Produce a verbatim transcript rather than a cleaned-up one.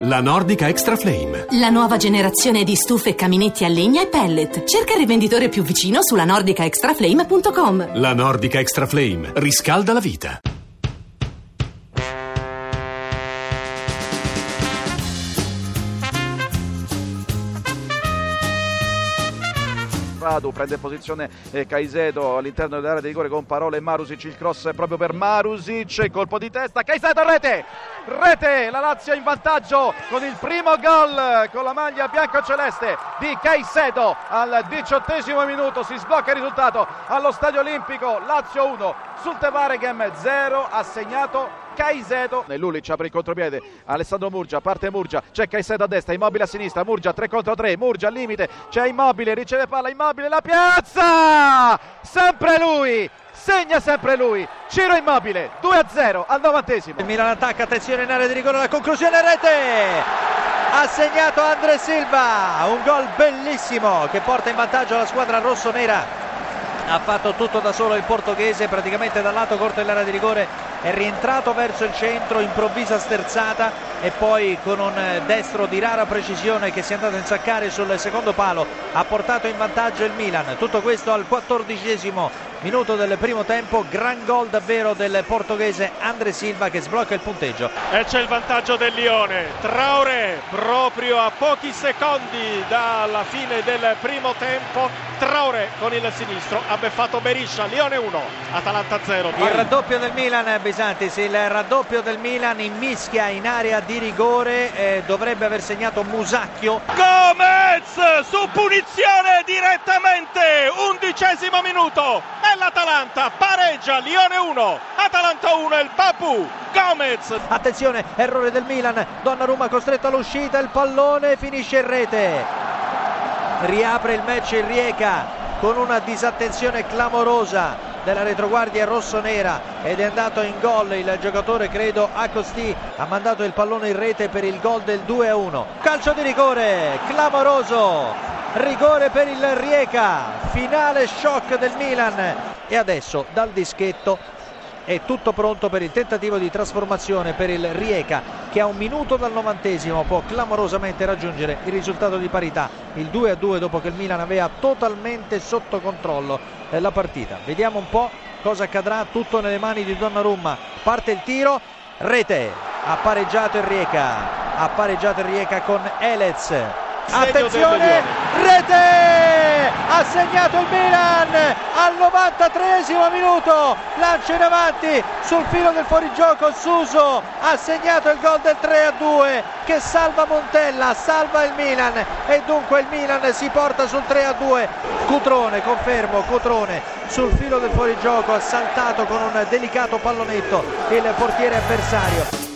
La Nordica Extra Flame. La nuova generazione di stufe e caminetti a legna e pellet. Cerca il rivenditore più vicino sulla nordica extra flame punto com. La Nordica Extra Flame riscalda la vita. Radu prende posizione eh, Caicedo all'interno dell'area di rigore con Parole e Marusic, il cross è proprio per Marusic, colpo di testa, Caicedo, rete! Rete! La Lazio in vantaggio con il primo gol con la maglia bianco-celeste di Caicedo al diciottesimo minuto, si sblocca il risultato allo Stadio Olimpico, Lazio uno, Zulte-Waregem zero, ha segnato Caicedo. Lulic apre il contropiede, Alessandro Murgia, parte Murgia, c'è Caicedo a destra, Immobile a sinistra, Murgia tre contro tre, Murgia al limite, c'è Immobile, riceve palla, Immobile, la piazza! Sempre lui! Segna sempre lui, Ciro Immobile, due a zero al novantesimo. Il Milan attacca, attenzione in area di rigore, la conclusione, rete! Ha segnato Andre Silva, un gol bellissimo che porta in vantaggio la squadra rossonera. Ha fatto tutto da solo il portoghese, praticamente dal lato corto dell'area di rigore è rientrato verso il centro, improvvisa sterzata e poi con un destro di rara precisione che si è andato a insaccare sul secondo palo ha portato in vantaggio il Milan. Tutto questo al quattordicesimo minuto del primo tempo, gran gol davvero del portoghese Andre Silva che sblocca il punteggio. E c'è il vantaggio del Lione, Traoré proprio a pochi secondi dalla fine del primo tempo, Traoré con il sinistro ha beffato Beriscia, Lione uno, Atalanta zero. Il raddoppio del Milan, Bisantis, il raddoppio del Milan in mischia in area di rigore, eh, dovrebbe aver segnato Musacchio. Gomez su punizione direttamente, undicesimo minuto, e l'Atalanta pareggia, Lione uno, Atalanta uno, il Papu Gomez. Attenzione, errore del Milan, Donnarumma costretto all'uscita, il pallone finisce in rete. Riapre il match il Rijeka con una disattenzione clamorosa della retroguardia rossonera ed è andato in gol il giocatore, credo Acosti, ha mandato il pallone in rete per il gol del due a uno. Calcio di rigore clamoroso, rigore per il Rijeka, finale shock del Milan e adesso dal dischetto è tutto pronto per il tentativo di trasformazione per il Rijeka che a un minuto dal novantesimo può clamorosamente raggiungere il risultato di parità, il due a due, dopo che il Milan aveva totalmente sotto controllo la partita. Vediamo un po' cosa accadrà, tutto nelle mani di Donnarumma. Parte il tiro, rete, ha pareggiato il Rijeka, ha pareggiato il Rijeka con Elez. Attenzione, rete! Ha segnato il Milan al novantatreesimo minuto, lancio in avanti sul filo del fuorigioco, Suso ha segnato il gol del tre a due che salva Montella, salva il Milan e dunque il Milan si porta sul tre a due. Cutrone, confermo, Cutrone sul filo del fuorigioco ha saltato con un delicato pallonetto il portiere avversario.